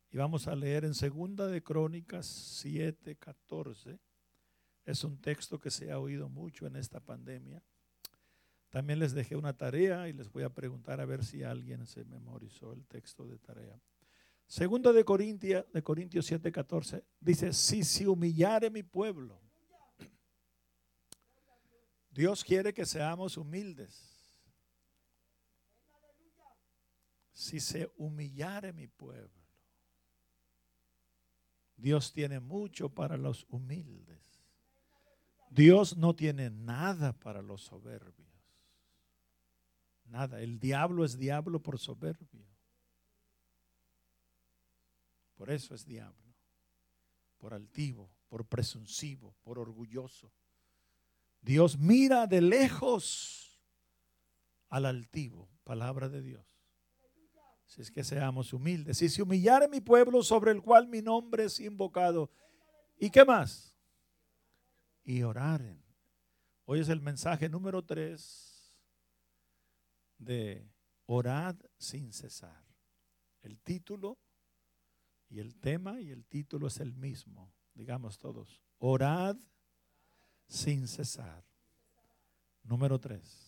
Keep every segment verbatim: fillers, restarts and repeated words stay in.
Y vamos a leer en Segunda de Crónicas siete, catorce. Es un texto que se ha oído mucho en esta pandemia. También les dejé una tarea y les voy a preguntar a ver si alguien se memorizó el texto de tarea. Segunda de Corintia, de Corintios siete, catorce dice: si se humillare mi pueblo. Dios quiere que seamos humildes. Si se humillare mi pueblo. Dios tiene mucho para los humildes. Dios no tiene nada para los soberbios. Nada. El diablo es diablo por soberbio. Por eso es diablo. Por altivo, por presuntivo, por orgulloso. Dios mira de lejos al altivo. Palabra de Dios. Si es que seamos humildes. Si se humillare mi pueblo sobre el cual mi nombre es invocado. ¿Y qué más? Y oraren. Hoy es el mensaje número tres de orad sin cesar. El título y el tema y el título es el mismo. Digamos todos. Orad sin cesar. Número tres.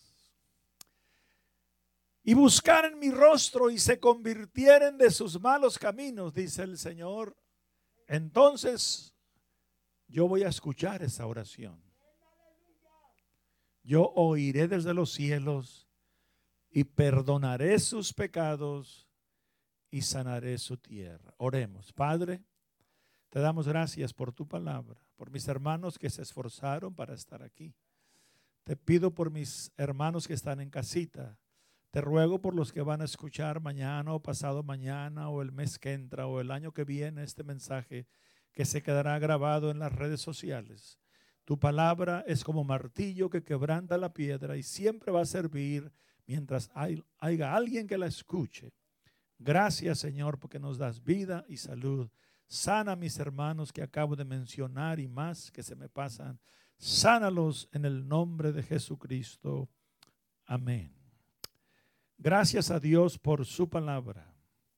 Y buscaren mi rostro y se convirtieren de sus malos caminos, dice el Señor. Entonces yo voy a escuchar esa oración. Yo oiré desde los cielos y perdonaré sus pecados y sanaré su tierra. Oremos. Padre, te damos gracias por tu palabra, por mis hermanos que se esforzaron para estar aquí. Te pido por mis hermanos que están en casita. Te ruego por los que van a escuchar mañana o pasado mañana o el mes que entra o el año que viene este mensaje que se quedará grabado en las redes sociales. Tu palabra es como martillo que quebranta la piedra y siempre va a servir mientras hay, haya alguien que la escuche. Gracias, Señor, porque nos das vida y salud. Sana a mis hermanos que acabo de mencionar y más que se me pasan. Sánalos en el nombre de Jesucristo. Amén. Gracias a Dios por su palabra.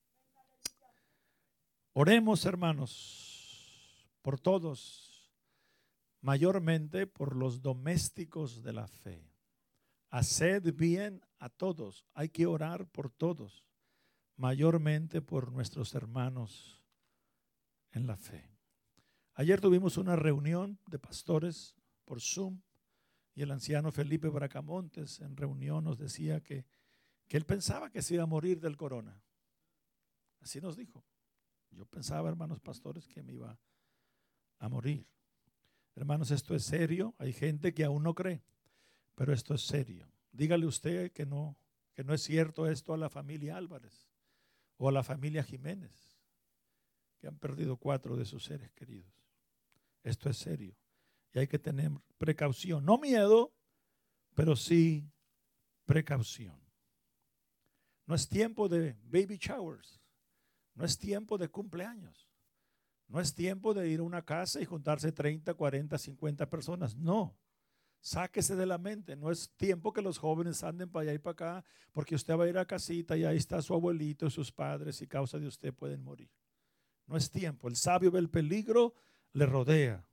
Oremos, hermanos, por todos, mayormente por los domésticos de la fe. Haced bien a todos. Hay que orar por todos, mayormente por nuestros hermanos en la fe. Ayer tuvimos una reunión de pastores por Zoom y el anciano Felipe Bracamontes en reunión nos decía que que él pensaba que se iba a morir del corona. Así nos dijo. Yo pensaba, hermanos pastores, que me iba a morir. Hermanos, esto es serio. Hay gente que aún no cree, pero esto es serio. Dígale usted que no, que no es cierto esto a la familia Álvarez o a la familia Jiménez, que han perdido cuatro de sus seres queridos. Esto es serio y hay que tener precaución. No miedo, pero sí precaución. No es tiempo de baby showers. No es tiempo de cumpleaños. No es tiempo de ir a una casa y juntarse treinta, cuarenta, cincuenta personas. No. Sáquese de la mente. No es tiempo que los jóvenes anden para allá y para acá porque usted va a ir a casita y ahí está su abuelito y sus padres y causa de usted pueden morir. No es tiempo. El sabio ve el peligro, le rodea.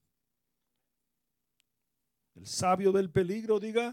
El sabio ve el peligro, diga,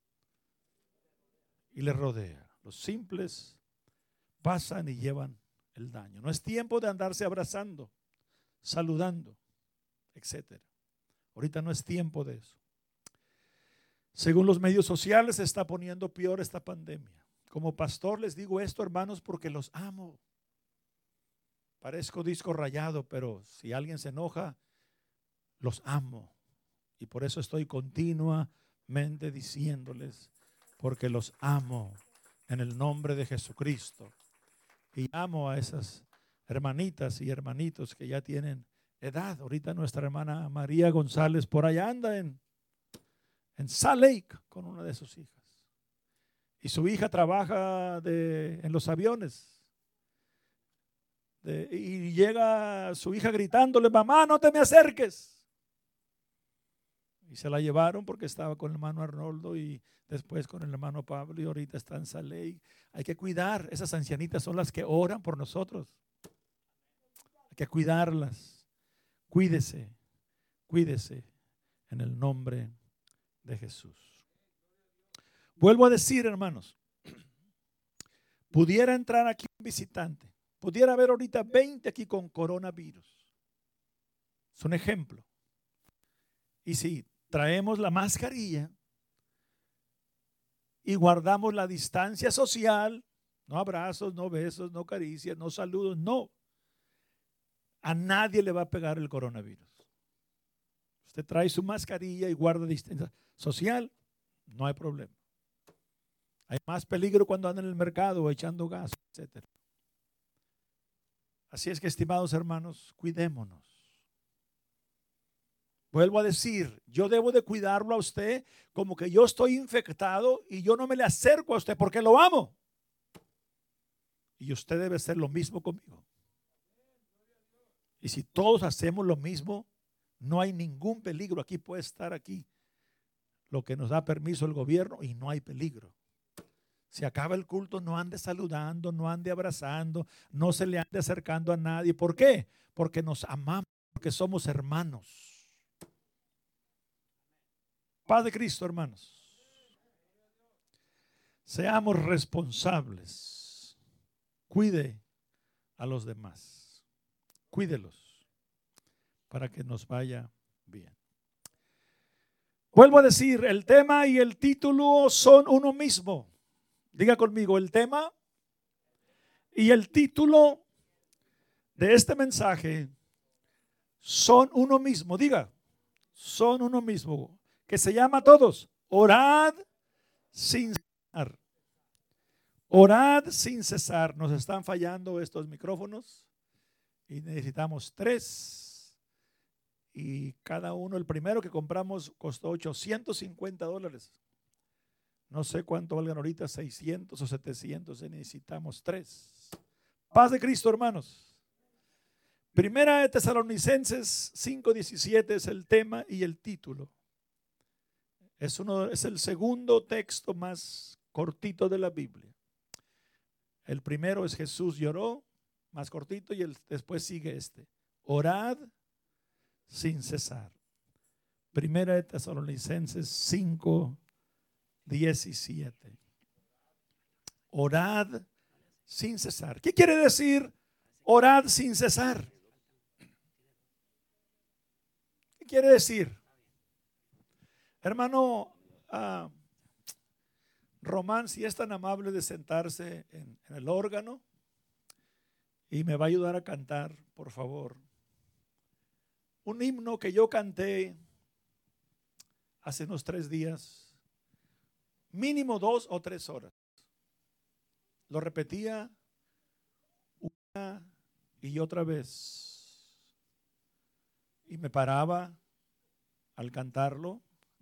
y le rodea. Los simples pasan y llevan el daño. No es tiempo de andarse abrazando, saludando, etcétera. Ahorita no es tiempo de eso. Según los medios sociales se está poniendo peor esta pandemia. Como pastor les digo esto, hermanos, porque los amo. Parezco disco rayado, pero si alguien se enoja, los amo. Y por eso estoy continuamente diciéndoles, porque los amo. En el nombre de Jesucristo. Y amo a esas hermanitas y hermanitos que ya tienen edad. Ahorita nuestra hermana María González por allá anda en, en Salt Lake con una de sus hijas. Y su hija trabaja de, en los aviones. De, y llega su hija gritándole: mamá, no te me acerques. Y se la llevaron porque estaba con el hermano Arnoldo y después con el hermano Pablo y ahorita está en Salt Lake. Hay que cuidar, esas ancianitas son las que oran por nosotros. que cuidarlas. Cuídese, cuídese en el nombre de Jesús. Vuelvo a decir, hermanos, pudiera entrar aquí un visitante, pudiera haber ahorita veinte aquí con coronavirus. Es un ejemplo. Y si traemos la mascarilla y guardamos la distancia social, no abrazos, no besos, no caricias, no saludos, no. A nadie le va a pegar el coronavirus. Usted trae su mascarilla y guarda distancia social, no hay problema. Hay más peligro cuando anda en el mercado o echando gas, etcétera. Así es que, estimados hermanos, cuidémonos. Vuelvo a decir, yo debo de cuidarlo a usted como que yo estoy infectado y yo no me le acerco a usted porque lo amo. Y usted debe hacer lo mismo conmigo. Y si todos hacemos lo mismo, no hay ningún peligro. Aquí puede estar aquí lo que nos da permiso el gobierno y no hay peligro. Si acaba el culto, no ande saludando, no ande abrazando, no se le ande acercando a nadie. ¿Por qué? Porque nos amamos, porque somos hermanos. Paz de Cristo, hermanos. Seamos responsables. Cuide a los demás. Cuídelos para que nos vaya bien. Vuelvo a decir, el tema y el título son uno mismo. Diga conmigo, el tema y el título de este mensaje son uno mismo. Diga, son uno mismo. Que se llama a todos, orad sin cesar. Orad sin cesar. Nos están fallando estos micrófonos y necesitamos tres. Y cada uno, el primero que compramos costó ochocientos cincuenta dólares. No sé cuánto valgan ahorita, seiscientos o setecientos. Necesitamos tres. Paz de Cristo, hermanos. Primera de Tesalonicenses cinco diecisiete es el tema y el título. Es, uno, es el segundo texto más cortito de la Biblia. El primero es Jesús lloró, más cortito, y el, después sigue este. Orad sin cesar. Primera de Tesalonicenses cinco diecisiete. Orad sin cesar. ¿Qué quiere decir orad sin cesar? ¿Qué quiere decir? Hermano uh, Román, si es tan amable de sentarse en, en el órgano y me va a ayudar a cantar, por favor. Un himno que yo canté hace unos tres días. Mínimo dos o tres horas. Lo repetía una y otra vez. Y me paraba al cantarlo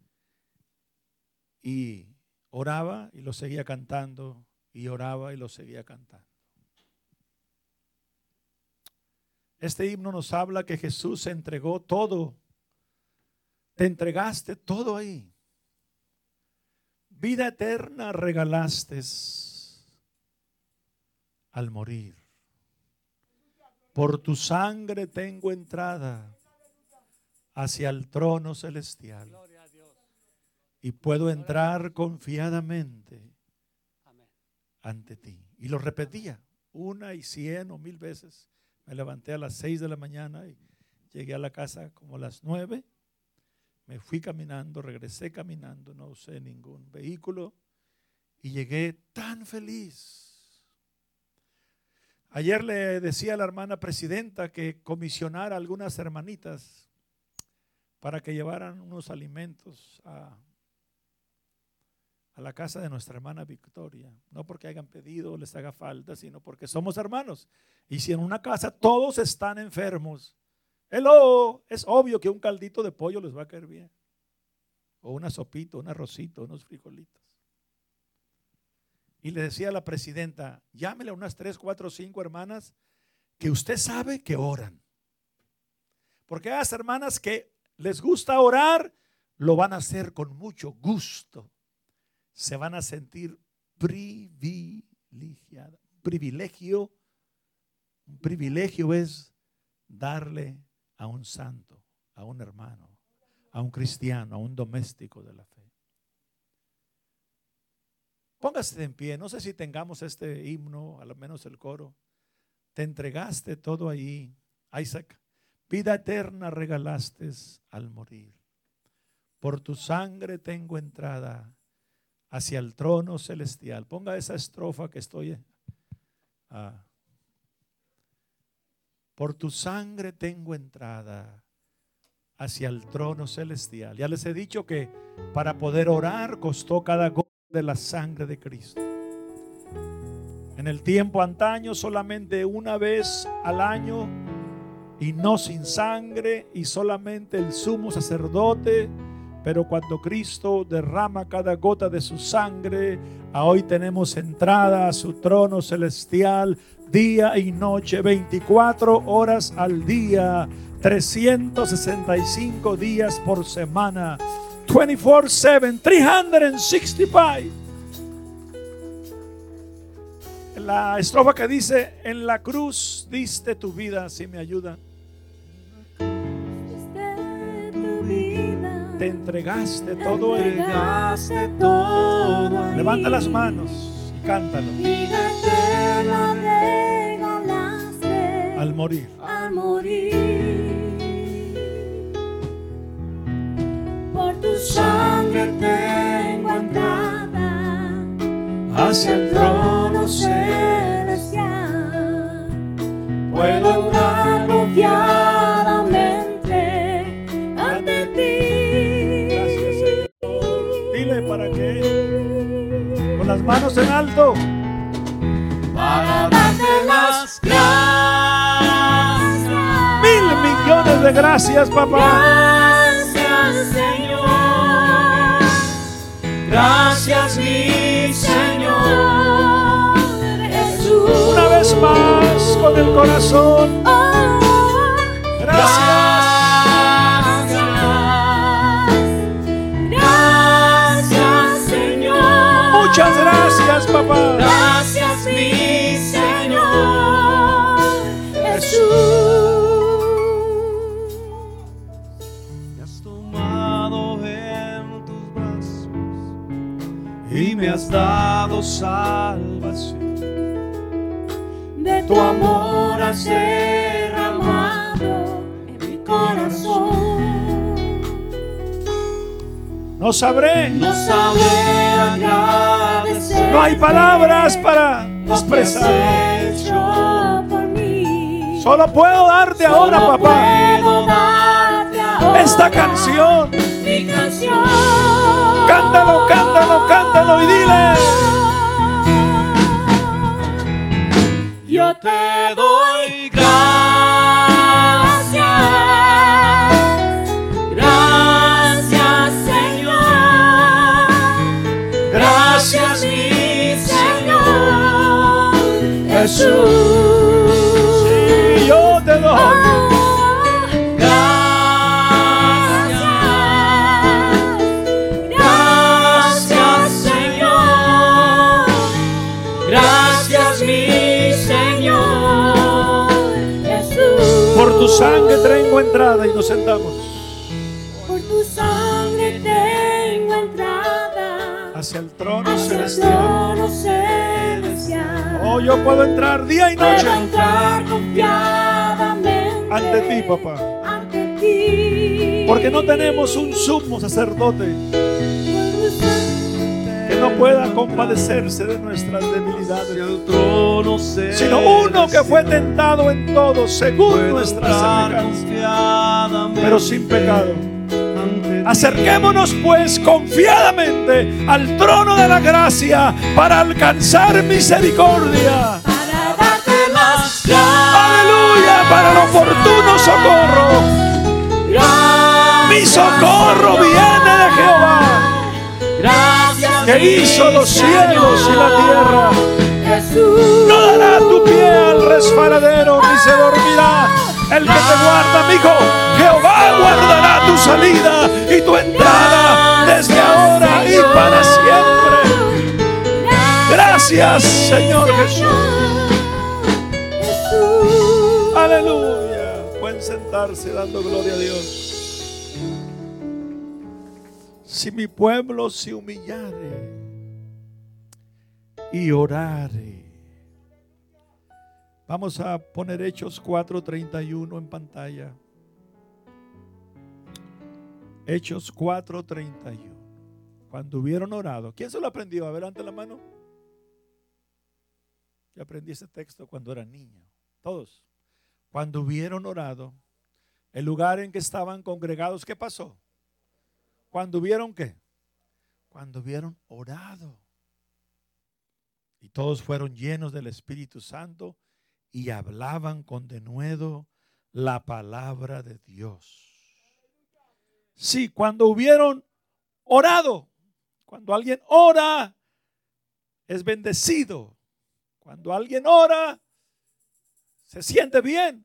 y oraba y lo seguía cantando y oraba y lo seguía cantando. Este himno nos habla que Jesús se entregó todo. Te entregaste todo ahí. Vida eterna regalaste al morir. Por tu sangre tengo entrada hacia el trono celestial. Y puedo entrar confiadamente ante ti. Y lo repetía una y cien o mil veces. Me levanté a las seis de la mañana y llegué a la casa como a las nueve. Me fui caminando, regresé caminando, no usé ningún vehículo y llegué tan feliz. Ayer le decía a la hermana presidenta que comisionara a algunas hermanitas para que llevaran unos alimentos a, a la casa de nuestra hermana Victoria. No porque hayan pedido o les haga falta, sino porque somos hermanos. Y si en una casa todos están enfermos, hello, es obvio que un caldito de pollo les va a caer bien. O una sopita, un arrocito, unos frijolitos. Y le decía a la presidenta, llámele a unas tres, cuatro, cinco hermanas que usted sabe que oran. Porque a las hermanas que les gusta orar, lo van a hacer con mucho gusto. Se van a sentir privilegiadas. Privilegio, un privilegio es darle a un santo, a un hermano, a un cristiano, a un doméstico de la fe. Póngase en pie. No sé si tengamos este himno, al menos el coro. Te entregaste todo ahí, Isaac. Vida eterna regalaste al morir. Por tu sangre tengo entrada hacia el trono celestial. Ponga esa estrofa que estoy. Ah. Por tu sangre tengo entrada hacia el trono celestial. Ya les he dicho que para poder orar costó cada gota de la sangre de Cristo. En el tiempo antaño solamente una vez al año y no sin sangre, y solamente el sumo sacerdote. Pero cuando Cristo derrama cada gota de su sangre, a hoy tenemos entrada a su trono celestial día y noche, veinticuatro horas al día, trescientos sesenta y cinco días por semana, veinticuatro siete, trescientos sesenta y cinco. La estrofa que dice: en la cruz diste tu vida, si me ayudan. Te entregaste todo, entregaste todo. Levanta las manos y cántalo. Vida eterna regalaste Al morir. al morir. Por tu sangre tengo entrada hacia el trono celestial. Puedo entrar confiadamente ante ti. Gracias, Señor. Dile para qué. Con las manos en alto. Para darte las gracias. Mil millones de gracias, papá. Gracias, Señor. Gracias, mi Señor Jesús. Una vez más con el corazón. Oh, Gracias. Gracias, Señor. Muchas gracias, papá. Gracias, mi Señor Jesús. Me has tomado en tus brazos y me has dado salvación. De tu amor has derramado en mi corazón. No sabré. No sabré agradecer. No hay palabras para lo que has expresar. hecho por mí. Solo puedo darte ahora, Solo papá, puedo darte ahora esta canción. mi canción. Cántalo, cántalo, cántalo y dile. Yo te doy gracias, gracias, Señor, gracias, mi Señor Jesús. Sí, yo te doy. Gracias, gracias, Señor, gracias, mi Señor Jesús. Por tu sangre tengo entrada y nos sentamos Por tu sangre tengo entrada hacia el trono hacia el celestial. trono celestial. Oh, yo puedo entrar día y noche Puedo entrar confiadamente ante ti, papá. ante ti. Porque no tenemos un sumo sacerdote Por tu sangre que no pueda compadecerse de nuestras debilidades, Hacia el trono sino uno que fue tentado en todo según Puedo nuestras entrar semejanzas, confiadamente pero sin pecado. ante ti. Acerquémonos pues confiadamente al trono de la gracia para alcanzar misericordia. para darte las gracias. Aleluya, para el oportuno socorro. Mi socorro viene de Jehová, Gracias, que hizo los cielos y la tierra. Jesús. No dará tu pie al resbaladero, ni se dormirá el que te guarda, amigo. Jehová guardará tu salida y tu entrada desde ahora y para siempre. Gracias, Señor Jesús. Jesús. Aleluya. sentarse dando gloria a Dios. Si mi pueblo se humillare y orare. Vamos a poner Hechos cuatro treinta y uno en pantalla. Hechos cuatro treinta y uno. Cuando hubieron orado. ¿Quién se lo aprendió? A ver, levante la mano. Yo aprendí ese texto cuando era niño. Todos. Cuando hubieron orado, el lugar en que estaban congregados, ¿qué pasó? Cuando hubieron ¿qué? Cuando hubieron orado. Y todos fueron llenos del Espíritu Santo y hablaban con denuedo la palabra de Dios. Sí, cuando hubieron orado. Cuando alguien ora, es bendecido. Cuando alguien ora, se siente bien.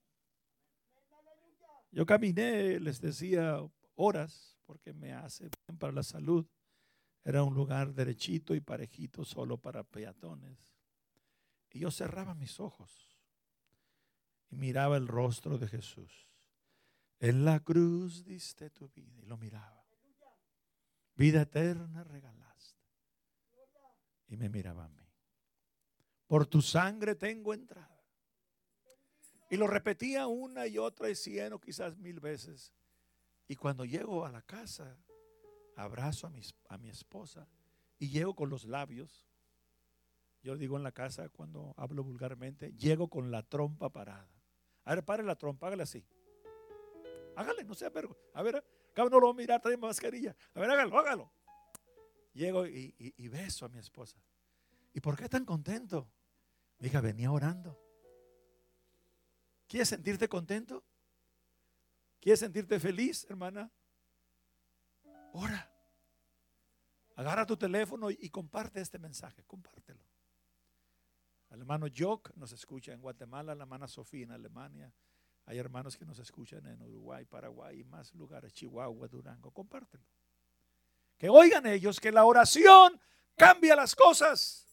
Yo caminé, les decía, horas, porque me hace bien para la salud. Era un lugar derechito y parejito, solo para peatones. Y yo cerraba mis ojos y miraba el rostro de Jesús. En la cruz diste tu vida, y lo miraba. Vida eterna regalaste. Y me miraba a mí. Por tu sangre tengo entrada. Y lo repetía una y otra y cien o quizás mil veces. Y cuando llego a la casa, abrazo a mi, a mi esposa y llego con los labios. Yo digo en la casa cuando hablo vulgarmente, llego con la trompa parada. A ver, pare la trompa, hágale así. Hágale, no sea vergo. A ver, acá no lo voy a mirar, trae mascarilla. A ver, hágalo, hágalo. Llego y, y, y beso a mi esposa. ¿Y por qué tan contento? Mi hija venía orando. ¿Quieres sentirte contento? ¿Quieres sentirte feliz, hermana? Ora. Agarra tu teléfono y, y comparte este mensaje. Compártelo. El hermano Jock nos escucha en Guatemala, la hermana Sofía en Alemania. Hay hermanos que nos escuchan en Uruguay, Paraguay y más lugares, Chihuahua, Durango. Compártelo. Que oigan ellos que la oración cambia las cosas.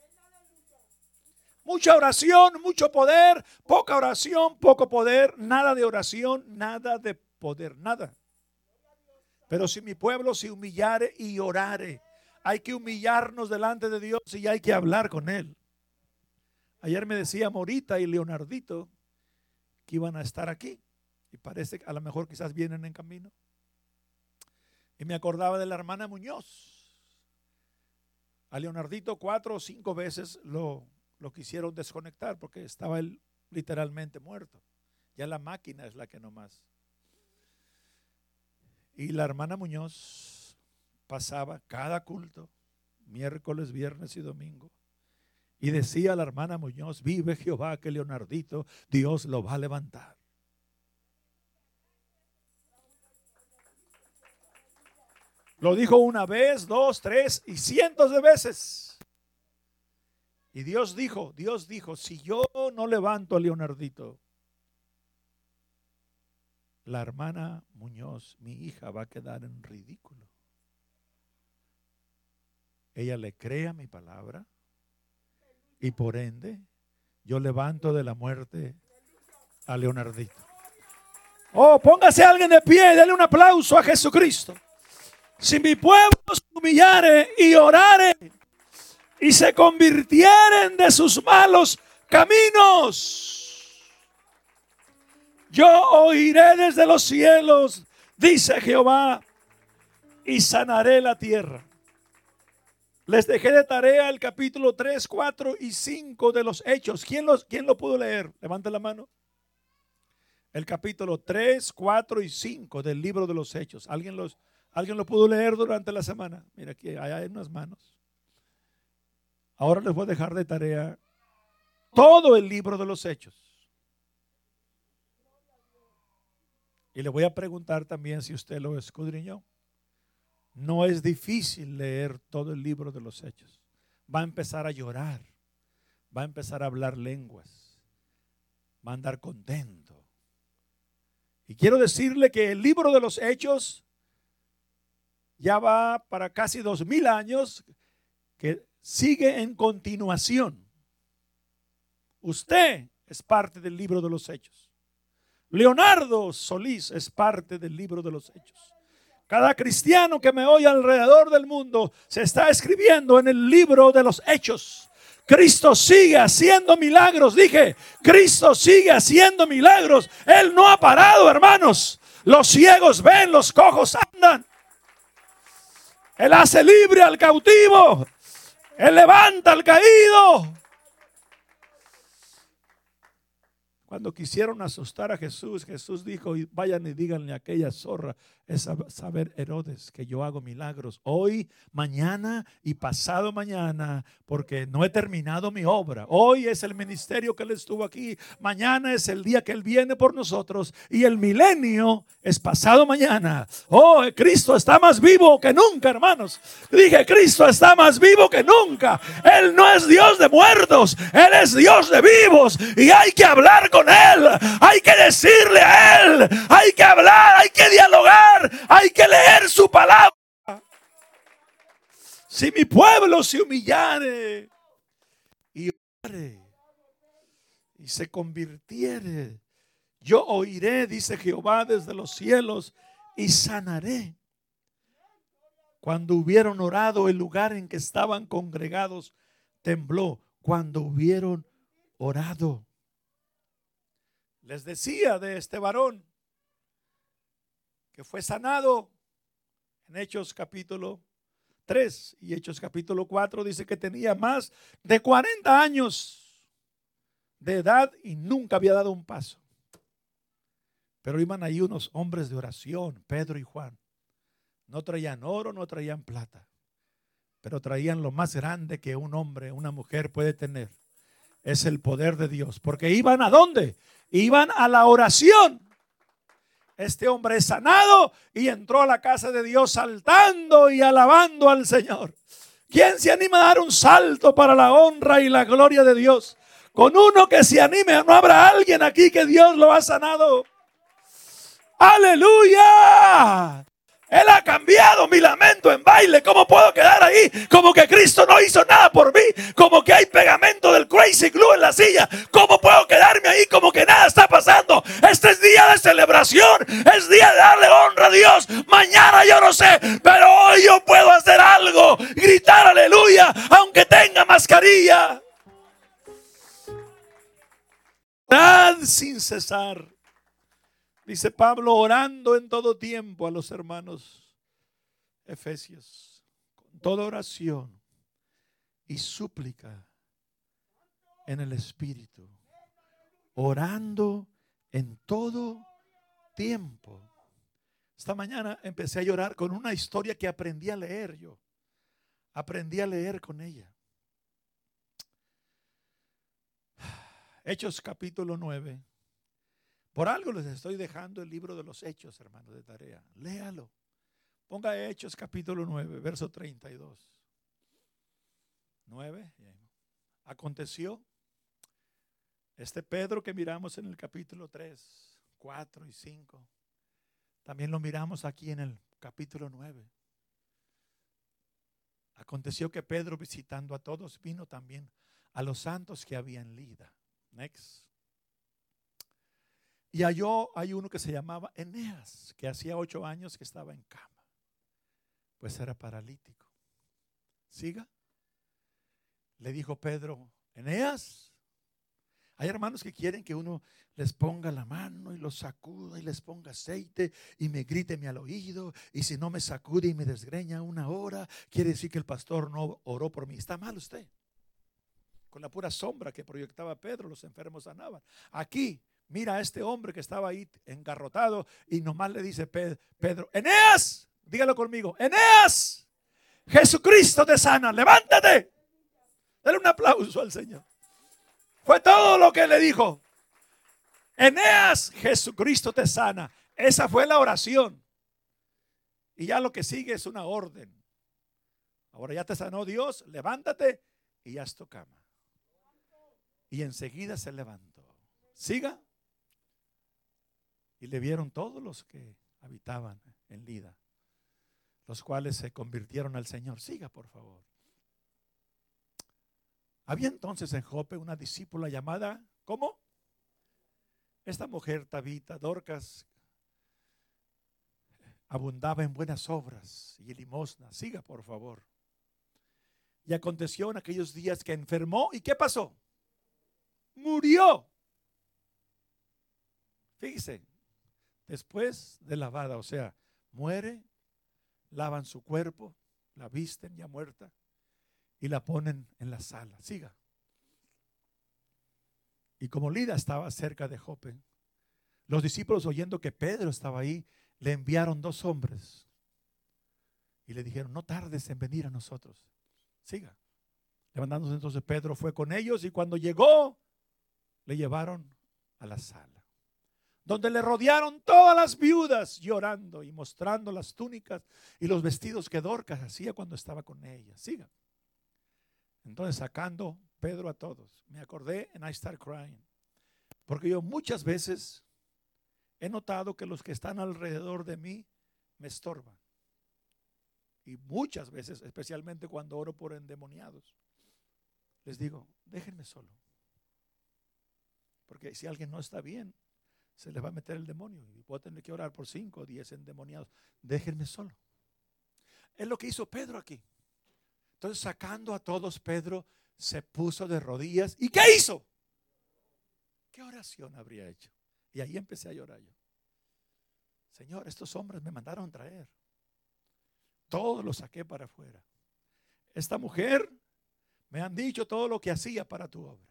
Mucha oración, mucho poder, poca oración, poco poder, nada de oración, nada de poder, nada. Pero si mi pueblo se humillare y orare, hay que humillarnos delante de Dios y hay que hablar con Él. Ayer me decía Morita y Leonardito que iban a estar aquí y parece que a lo mejor quizás vienen en camino. Y me acordaba de la hermana Muñoz. A Leonardito cuatro o cinco veces lo Lo quisieron desconectar porque estaba él literalmente muerto. Ya la máquina es la que nomás. Y la hermana Muñoz pasaba cada culto, miércoles, viernes y domingo. Y decía la hermana Muñoz, vive Jehová que Leonardito, Dios lo va a levantar. Lo dijo una vez, dos, tres y cientos de veces. Y Dios dijo, Dios dijo, si yo no levanto a Leonardito, la hermana Muñoz, mi hija, va a quedar en ridículo. Ella le cree a mi palabra y por ende yo levanto de la muerte a Leonardito. Oh, póngase alguien de pie, dale un aplauso a Jesucristo. Si mi pueblo se humillare y orare y se convirtieren de sus malos caminos, yo oiré desde los cielos, dice Jehová, y sanaré la tierra. Les dejé de tarea el capítulo tres, cuatro y cinco de los Hechos. ¿Quién, los, quién lo pudo leer? Levante la mano. El capítulo tres, cuatro y cinco del libro de los Hechos. ¿Alguien, los, ¿Alguien lo pudo leer durante la semana? Mira, aquí hay unas manos. Ahora les voy a dejar de tarea todo el libro de los Hechos. Y le voy a preguntar también si usted lo escudriñó. No es difícil leer todo el libro de los Hechos. Va a empezar a llorar. Va a empezar a hablar lenguas. Va a andar contento. Y quiero decirle que el libro de los Hechos ya va para casi dos mil años que sigue en continuación. Usted es parte del libro de los Hechos. Leonardo Solís es parte del libro de los Hechos. Cada cristiano que me oye alrededor del mundo se está escribiendo en el libro de los Hechos. Cristo sigue haciendo milagros. Dije, Cristo sigue haciendo milagros. Él no ha parado, hermanos. Los ciegos ven, los cojos andan. Él hace libre al cautivo. Él levanta al caído. Cuando quisieron asustar a Jesús, Jesús dijo: vayan y díganle a aquella zorra, es saber Herodes, que yo hago milagros hoy, mañana y pasado mañana, porque no he terminado mi obra. Hoy es el ministerio que Él estuvo aquí, mañana es el día que Él viene por nosotros y el milenio es pasado mañana. Oh, Cristo está más vivo que nunca, hermanos. Dije, Cristo está más vivo que nunca. Él no es Dios de muertos, Él es Dios de vivos, y hay que hablar con Él, hay que decirle a Él, hay que hablar, hay que dialogar, hay que leer su palabra. Si mi pueblo se humillare y orare y se convirtiere, yo oiré, dice Jehová, desde los cielos y sanaré. Cuando hubieron orado, el lugar en que estaban congregados tembló. Cuando hubieron orado. Les decía de este varón que fue sanado en Hechos capítulo tres y Hechos capítulo cuatro. Dice que tenía más de cuarenta años de edad y nunca había dado un paso. Pero iban ahí unos hombres de oración, Pedro y Juan. No traían oro, no traían plata, pero traían lo más grande que un hombre, una mujer puede tener. Es el poder de Dios. Porque iban ¿a dónde? Iban a la oración. Este hombre es sanado y entró a la casa de Dios saltando y alabando al Señor. ¿Quién se anima a dar un salto para la honra y la gloria de Dios? Con uno que se anime, ¿no habrá alguien aquí que Dios lo ha sanado? ¡Aleluya! Él ha cambiado mi lamento en baile. ¿Cómo puedo quedar ahí? Como que Cristo no hizo nada por mí. Como que hay pegamento del Crazy Glue en la silla. ¿Cómo puedo quedarme ahí como que nada está pasando? Este es día de celebración. Es día de darle honra a Dios. Mañana yo no sé, pero hoy yo puedo hacer algo. Gritar aleluya, aunque tenga mascarilla. Orad sin cesar. Dice Pablo, orando en todo tiempo a los hermanos Efesios, con toda oración y súplica en el Espíritu, orando en todo tiempo. Esta mañana empecé a llorar con una historia que aprendí a leer yo. Aprendí a leer con ella. Hechos capítulo nueve. Por algo les estoy dejando el libro de los Hechos, hermanos, de tarea. Léalo. Ponga Hechos capítulo nueve, verso treinta y dos. nueve. Aconteció, este Pedro que miramos en el capítulo tres, cuatro y cinco, también lo miramos aquí en el capítulo nueve. Aconteció que Pedro, visitando a todos, vino también a los santos que había en Lida. Next. Y halló, hay uno que se llamaba Eneas, que hacía ocho años que estaba en cama, pues era paralítico. Siga. Le dijo Pedro, Eneas. Hay hermanos que quieren que uno les ponga la mano y los sacuda y les ponga aceite y me grite al oído, y si no me sacude y me desgreña una hora, quiere decir que el pastor no oró por mí. Está mal usted. Con la pura sombra que proyectaba Pedro, los enfermos sanaban. Aquí mira a este hombre que estaba ahí engarrotado y nomás le dice Pedro, Eneas, dígalo conmigo, Eneas, Jesucristo te sana, levántate. Dale un aplauso al Señor. Fue todo lo que le dijo. Eneas, Jesucristo te sana. Esa fue la oración. Y ya lo que sigue es una orden. Ahora ya te sanó Dios, levántate y ya es tu cama. Y enseguida se levantó. Siga. Y le vieron todos los que habitaban en Lida, los cuales se convirtieron al Señor. Siga, por favor. Había entonces en Jope una discípula llamada, ¿cómo? Esta mujer, Tabita, Dorcas, abundaba en buenas obras y limosna. Siga, por favor. Y aconteció en aquellos días que enfermó. ¿Y qué pasó? Murió. Fíjese, después de lavada, o sea, muere, lavan su cuerpo, la visten ya muerta y la ponen en la sala. Siga. Y como Lida estaba cerca de Jope, los discípulos, oyendo que Pedro estaba ahí, le enviaron dos hombres y le dijeron: no tardes en venir a nosotros. Siga. Levantándose entonces Pedro fue con ellos, y cuando llegó le llevaron a la sala, donde le rodearon todas las viudas llorando y mostrando las túnicas y los vestidos que Dorcas hacía cuando estaba con ellas. Siga. Entonces, sacando Pedro a todos, me acordé and I start crying, porque yo muchas veces he notado que los que están alrededor de mí me estorban. Y muchas veces, especialmente cuando oro por endemoniados, les digo: déjenme solo. Porque si alguien no está bien, se le va a meter el demonio y voy a tener que orar por cinco o diez endemoniados. Déjenme solo. Es lo que hizo Pedro aquí. Entonces, sacando a todos, Pedro se puso de rodillas. ¿Y qué hizo? ¿Qué oración habría hecho? Y ahí empecé a llorar yo. Señor, estos hombres me mandaron traer. Todo lo saqué para afuera. Esta mujer me han dicho todo lo que hacía para tu obra.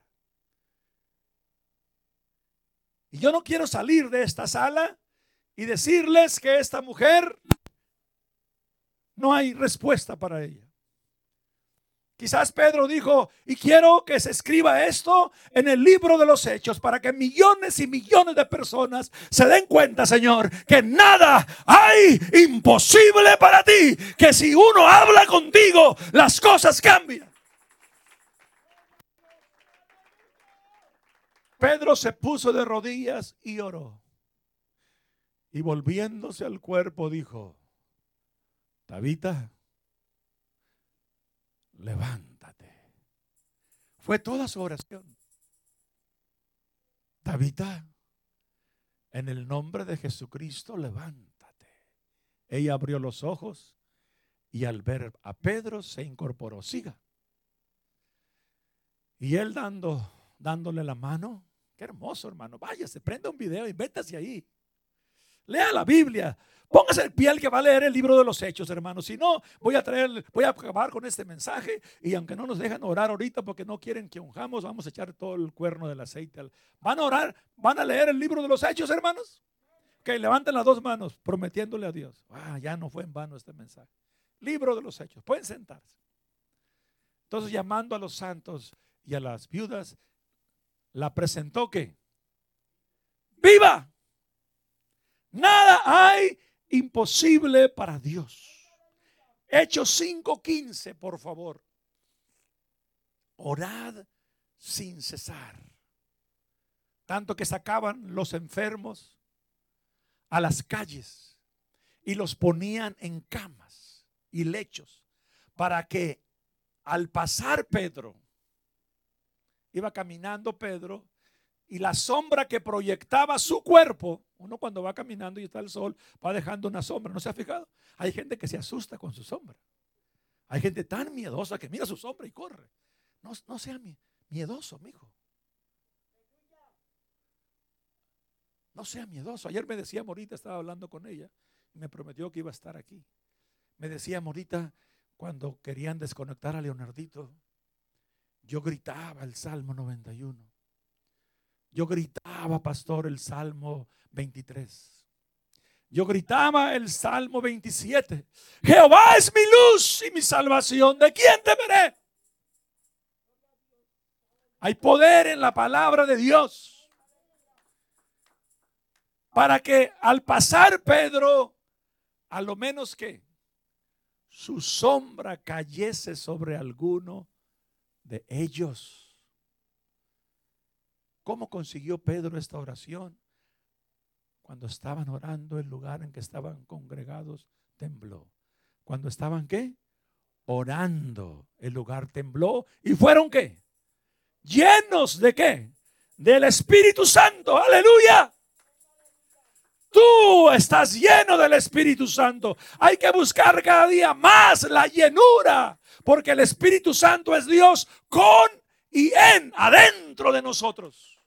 Y yo no quiero salir de esta sala y decirles que esta mujer no hay respuesta para ella. Quizás Pedro dijo: y quiero que se escriba esto en el libro de los Hechos para que millones y millones de personas se den cuenta, Señor, que nada hay imposible para ti, que si uno habla contigo, las cosas cambian. Pedro se puso de rodillas y oró, y volviéndose al cuerpo dijo: Tabita, levántate. Fue toda su oración. Tabita, en el nombre de Jesucristo, levántate. Ella abrió los ojos y al ver a Pedro se incorporó. Siga. Y él dando, dándole la mano. Qué hermoso, hermano. Váyase, prenda un video y métase ahí. Lea la Biblia. Póngase el pie al que va a leer el libro de los Hechos, hermanos. Si no, voy a traer, voy a acabar con este mensaje. Y aunque no nos dejan orar ahorita porque no quieren que unjamos, vamos a echar todo el cuerno del aceite. ¿Van a orar? ¿Van a leer el libro de los Hechos, hermanos? Ok, levanten las dos manos prometiéndole a Dios. Ah, ya no fue en vano este mensaje. Libro de los Hechos. Pueden sentarse. Entonces, llamando a los santos y a las viudas, la presentó que ¡viva! Nada hay imposible para Dios. Hechos cinco quince, por favor. Orad sin cesar. Tanto que sacaban los enfermos a las calles y los ponían en camas y lechos, para que al pasar Pedro, iba caminando Pedro, y la sombra que proyectaba su cuerpo, uno cuando va caminando y está el sol, va dejando una sombra. ¿No se ha fijado? Hay gente que se asusta con su sombra. Hay gente tan miedosa que mira su sombra y corre. No, no sea miedoso, mijo. No sea miedoso. Ayer me decía Morita, estaba hablando con ella y me prometió que iba a estar aquí. Me decía Morita, cuando querían desconectar a Leonardito, yo gritaba el Salmo noventa y uno. Yo gritaba, pastor, el Salmo veintitrés. Yo gritaba el Salmo veintisiete. Jehová es mi luz y mi salvación. ¿De quién temeré? Hay poder en la palabra de Dios para que al pasar Pedro, a lo menos que su sombra cayese sobre alguno de ellos. ¿Cómo consiguió Pedro esta oración? Cuando estaban orando, el lugar en que estaban congregados tembló. Cuando estaban, ¿qué? Orando, el lugar tembló. ¿Y fueron qué? Llenos de qué? del Espíritu Santo. Aleluya. Tú estás lleno del Espíritu Santo. Hay que buscar cada día más la llenura, porque el Espíritu Santo es Dios con y en, adentro de nosotros.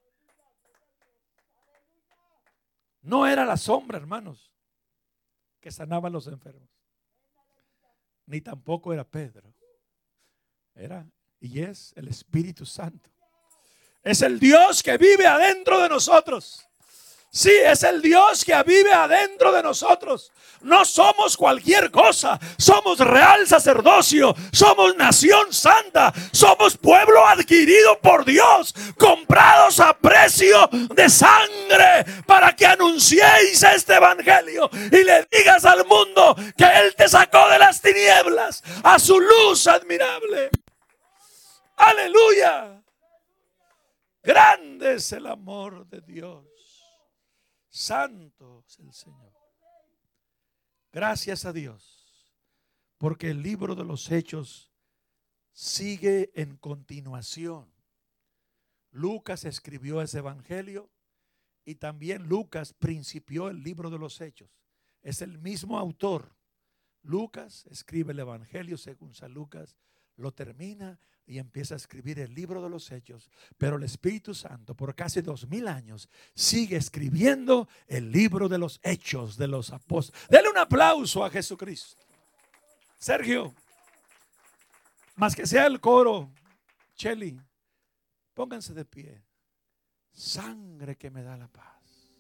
No era la sombra, hermanos, que sanaba a los enfermos, ni tampoco era Pedro. Era y es el Espíritu Santo. Es el Dios que vive adentro de nosotros. Sí, es el Dios que vive adentro de nosotros. No somos cualquier cosa. Somos real sacerdocio. Somos nación santa. Somos pueblo adquirido por Dios, comprados a precio de sangre, para que anunciéis este evangelio y le digas al mundo que Él te sacó de las tinieblas a su luz admirable. Aleluya. Grande es el amor de Dios. Santo es el Señor. Gracias a Dios, porque el libro de los Hechos sigue en continuación. Lucas escribió ese evangelio y también Lucas principió el libro de los Hechos. Es el mismo autor. Lucas escribe el evangelio según San Lucas, lo termina y empieza a escribir el libro de los Hechos. Pero el Espíritu Santo por casi dos mil años sigue escribiendo el libro de los Hechos de los apóstoles. Dele un aplauso a Jesucristo. Sergio, más que sea el coro, Cheli, pónganse de pie. Sangre que me da la paz,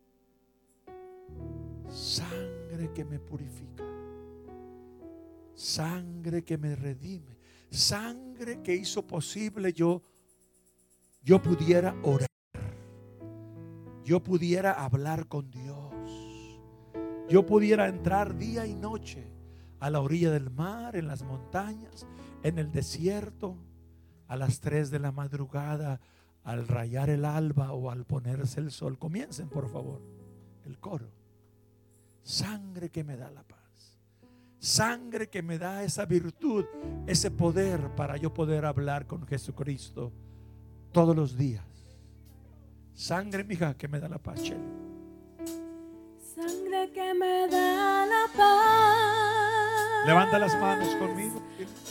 sangre que me purifica, sangre que me redime, sangre que hizo posible yo yo pudiera orar, yo pudiera hablar con Dios, yo pudiera entrar día y noche a la orilla del mar, en las montañas, en el desierto, a las tres de la madrugada, al rayar el alba o al ponerse el sol. Comiencen por favor el coro. Sangre que me da la paz, sangre que me da esa virtud, ese poder para yo poder hablar con Jesucristo todos los días. Sangre, mija, que me da la paz, Chele. Sangre que me da la paz. Levanta las manos conmigo.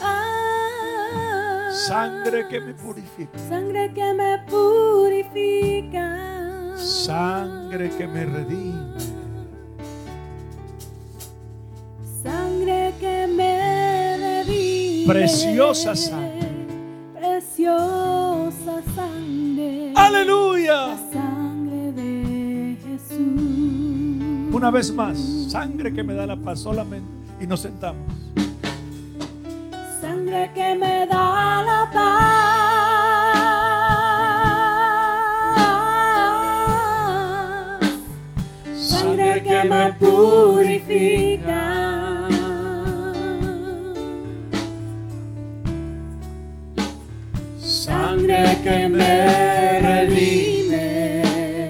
Ah, Sangre que me purifica, sangre que me purifica, sangre que me redime, sangre que me redime, preciosa sangre, preciosa sangre, aleluya. la sangre de Jesús. Una vez más, sangre que me da la paz solamente, y nos sentamos. Sangre que me da la paz, sangre que me purifica, sangre que me redime,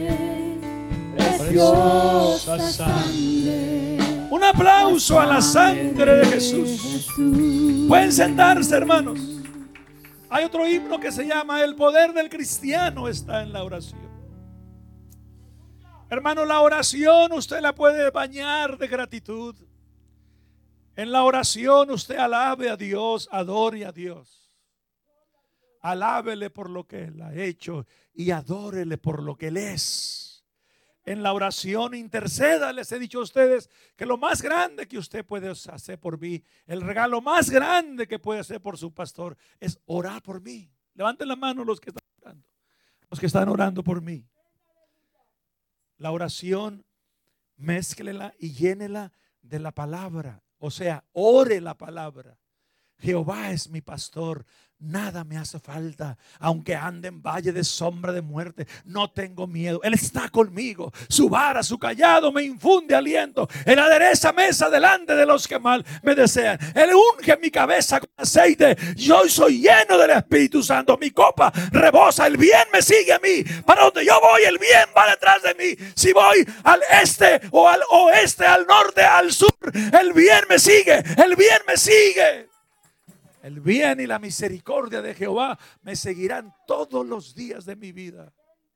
preciosa sangre. Un aplauso a la sangre de Jesús. Pueden sentarse, hermanos. Hay otro himno que se llama El poder del cristiano está en la oración. Hermano, la oración usted la puede bañar de gratitud. En la oración usted alabe a Dios, adore a Dios. Alábele por lo que Él ha hecho y adórele por lo que Él es. En la oración interceda. Les he dicho a ustedes que lo más grande que usted puede hacer por mí, el regalo más grande que puede hacer por su pastor, es orar por mí. Levanten la mano los que están orando, los que están orando por mí. La oración, mézclela y llénela de la palabra. O sea, ore la palabra. Jehová es mi pastor, nada me hace falta. Aunque ande en valle de sombra de muerte, no tengo miedo. Él está conmigo. Su vara, su callado me infunde aliento. Él adereza mesa delante de los que mal me desean. Él unge mi cabeza con aceite. Yo soy lleno del Espíritu Santo. Mi copa rebosa. El bien me sigue a mí. Para donde yo voy, el bien va detrás de mí. Si voy al este o al oeste, al norte, al sur, el bien me sigue. El bien me sigue. El bien y la misericordia de Jehová me seguirán todos los días de mi vida.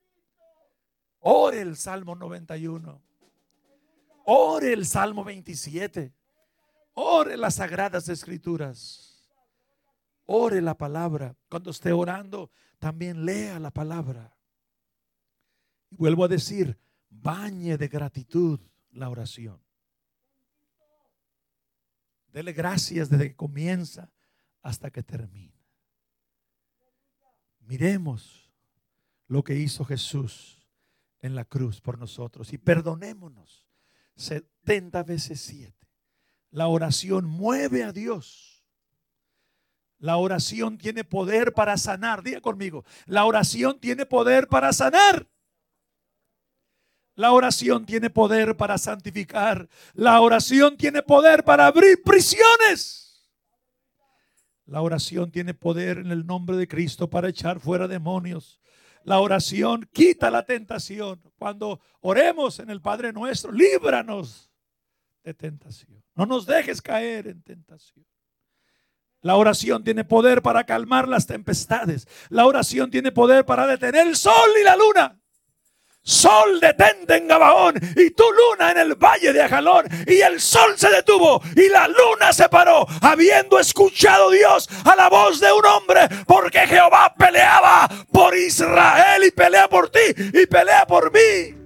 Ore el Salmo noventa y uno. Ore el Salmo veintisiete. Ore las Sagradas Escrituras. Ore la palabra. Cuando esté orando, también lea la palabra. Y vuelvo a decir, bañe de gratitud la oración. Dele gracias desde que comienza hasta que termina. Miremos lo que hizo Jesús en la cruz por nosotros y perdonémonos setenta veces siete. La oración mueve a Dios. La oración tiene poder para sanar. Diga conmigo, la oración tiene poder para sanar. La oración tiene poder para santificar. La oración tiene poder para abrir prisiones. La oración tiene poder en el nombre de Cristo para echar fuera demonios. La oración quita la tentación. Cuando oremos en el Padre Nuestro, líbranos de tentación. No nos dejes caer en tentación. La oración tiene poder para calmar las tempestades. La oración tiene poder para detener el sol y la luna. Sol, detente en Gabaón, y tu luna en el valle de Ajalón. Y el sol se detuvo y la luna se paró, habiendo escuchado Dios a la voz de un hombre, porque Jehová peleaba por Israel y pelea por ti y pelea por mí.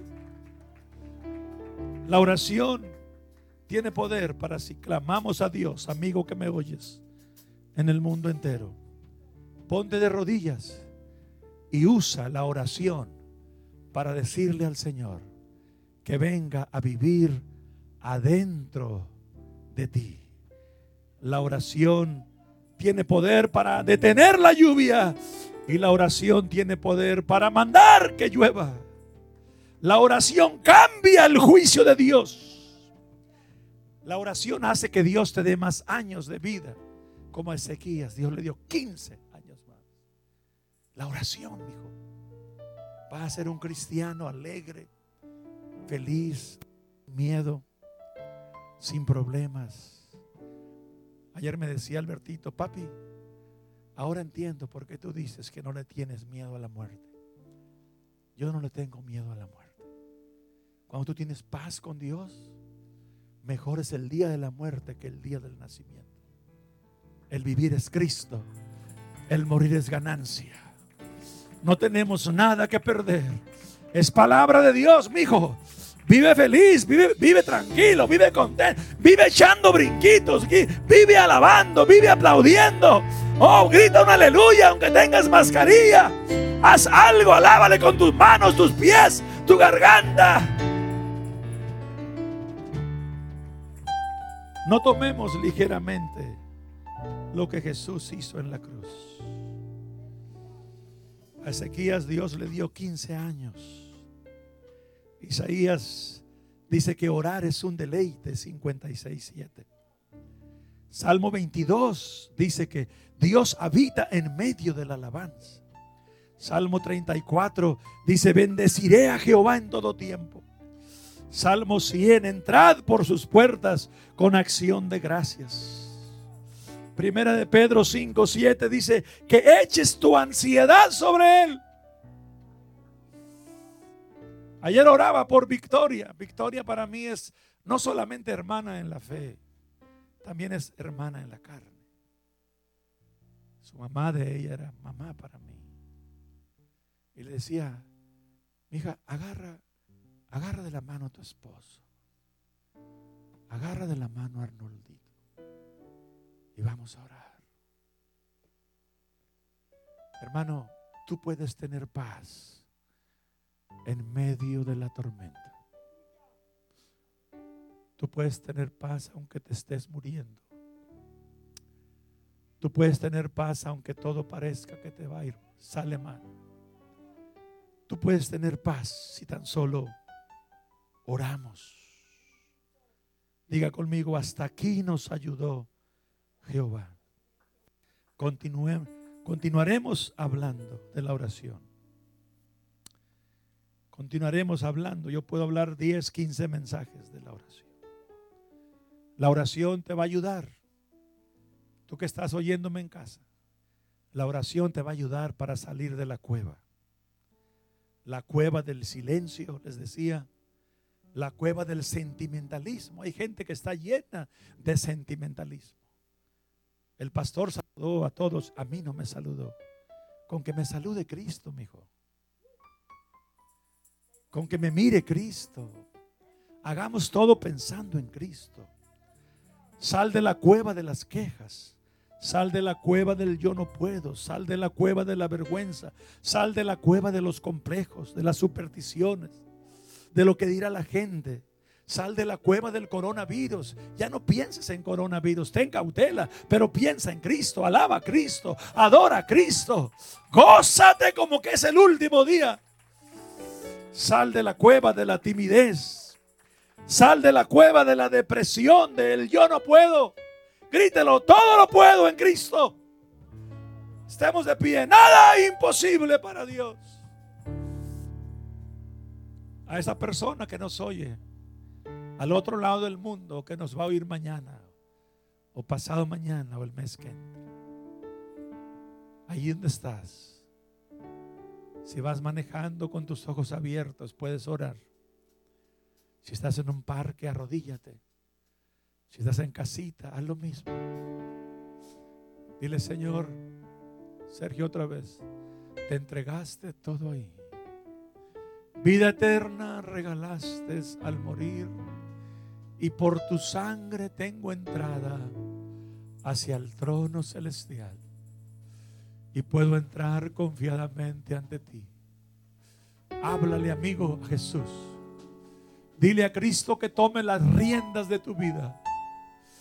La oración tiene poder para, si clamamos a Dios, amigo que me oyes, en el mundo entero, ponte de rodillas y usa la oración para decirle al Señor que venga a vivir adentro de ti. La oración tiene poder para detener la lluvia y la oración tiene poder para mandar que llueva. La oración cambia el juicio de Dios. La oración hace que Dios te dé más años de vida. Como a Ezequías, Dios le dio quince años más. La oración, hijo. Vas a ser un cristiano alegre, feliz, miedo, sin problemas. Ayer me decía Albertito, papi, ahora entiendo por qué tú dices que no le tienes miedo a la muerte. Yo no le tengo miedo a la muerte. Cuando tú tienes paz con Dios, mejor es el día de la muerte que el día del nacimiento. El vivir es Cristo, el morir es ganancia. No tenemos nada que perder. Es palabra de Dios, mijo. Vive feliz, vive, vive tranquilo, vive contento, vive echando brinquitos, vive alabando, vive aplaudiendo. Oh, grita un aleluya aunque tengas mascarilla. Haz algo, alábale con tus manos, tus pies, tu garganta. No tomemos ligeramente lo que Jesús hizo en la cruz. A Ezequías Dios le dio quince años. Isaías dice que orar es un deleite, cincuenta y seis, siete. Salmo veintidós dice que Dios habita en medio de la alabanza. Salmo treinta y cuatro dice: bendeciré a Jehová en todo tiempo. Salmo cien: entrad por sus puertas con acción de gracias. Primera de Pedro cinco, siete dice que eches tu ansiedad sobre Él. Ayer oraba por Victoria. Victoria para mí es no solamente hermana en la fe, también es hermana en la carne. Su mamá de ella era mamá para mí. Y le decía: mija, agarra, agarra de la mano a tu esposo. Agarra de la mano a Arnoldito. Y vamos a orar. Hermano, tú puedes tener paz en medio de la tormenta. Tú puedes tener paz aunque te estés muriendo. Tú puedes tener paz aunque todo parezca que te va a ir, sale mal. Tú puedes tener paz si tan solo oramos. Diga conmigo: hasta aquí nos ayudó Jehová. Continúen, continuaremos hablando de la oración. Continuaremos hablando. Yo puedo hablar diez, quince mensajes de la oración. La oración te va a ayudar. Tú que estás oyéndome en casa, la oración te va a ayudar para salir de la cueva. La cueva del silencio, les decía. La cueva del sentimentalismo. Hay gente que está llena de sentimentalismo. El pastor saludó a todos, a mí no me saludó. Con que me salude Cristo, mi hijo. Con que me mire Cristo. Hagamos todo pensando en Cristo. Sal de la cueva de las quejas. Sal de la cueva del yo no puedo. Sal de la cueva de la vergüenza. Sal de la cueva de los complejos, de las supersticiones, de lo que dirá la gente. Sal de la cueva del coronavirus. Ya no pienses en coronavirus. Ten cautela, pero piensa en Cristo. Alaba a Cristo. Adora a Cristo. Gózate como que es el último día. Sal de la cueva de la timidez. Sal de la cueva de la depresión, del yo no puedo. Grítelo, todo lo puedo en Cristo. Estemos de pie. Nada es imposible para Dios. A esa persona que nos oye al otro lado del mundo, que nos va a oír mañana o pasado mañana o el mes que entra, ahí donde estás, si vas manejando con tus ojos abiertos, puedes orar. Si estás en un parque, arrodíllate. Si estás en casita, haz lo mismo. Dile: Señor, Sergio, otra vez, te entregaste todo ahí. Vida eterna regalaste al morir, y por tu sangre tengo entrada hacia el trono celestial, y puedo entrar confiadamente ante ti. Háblale, amigo, a Jesús. Dile a Cristo que tome las riendas de tu vida.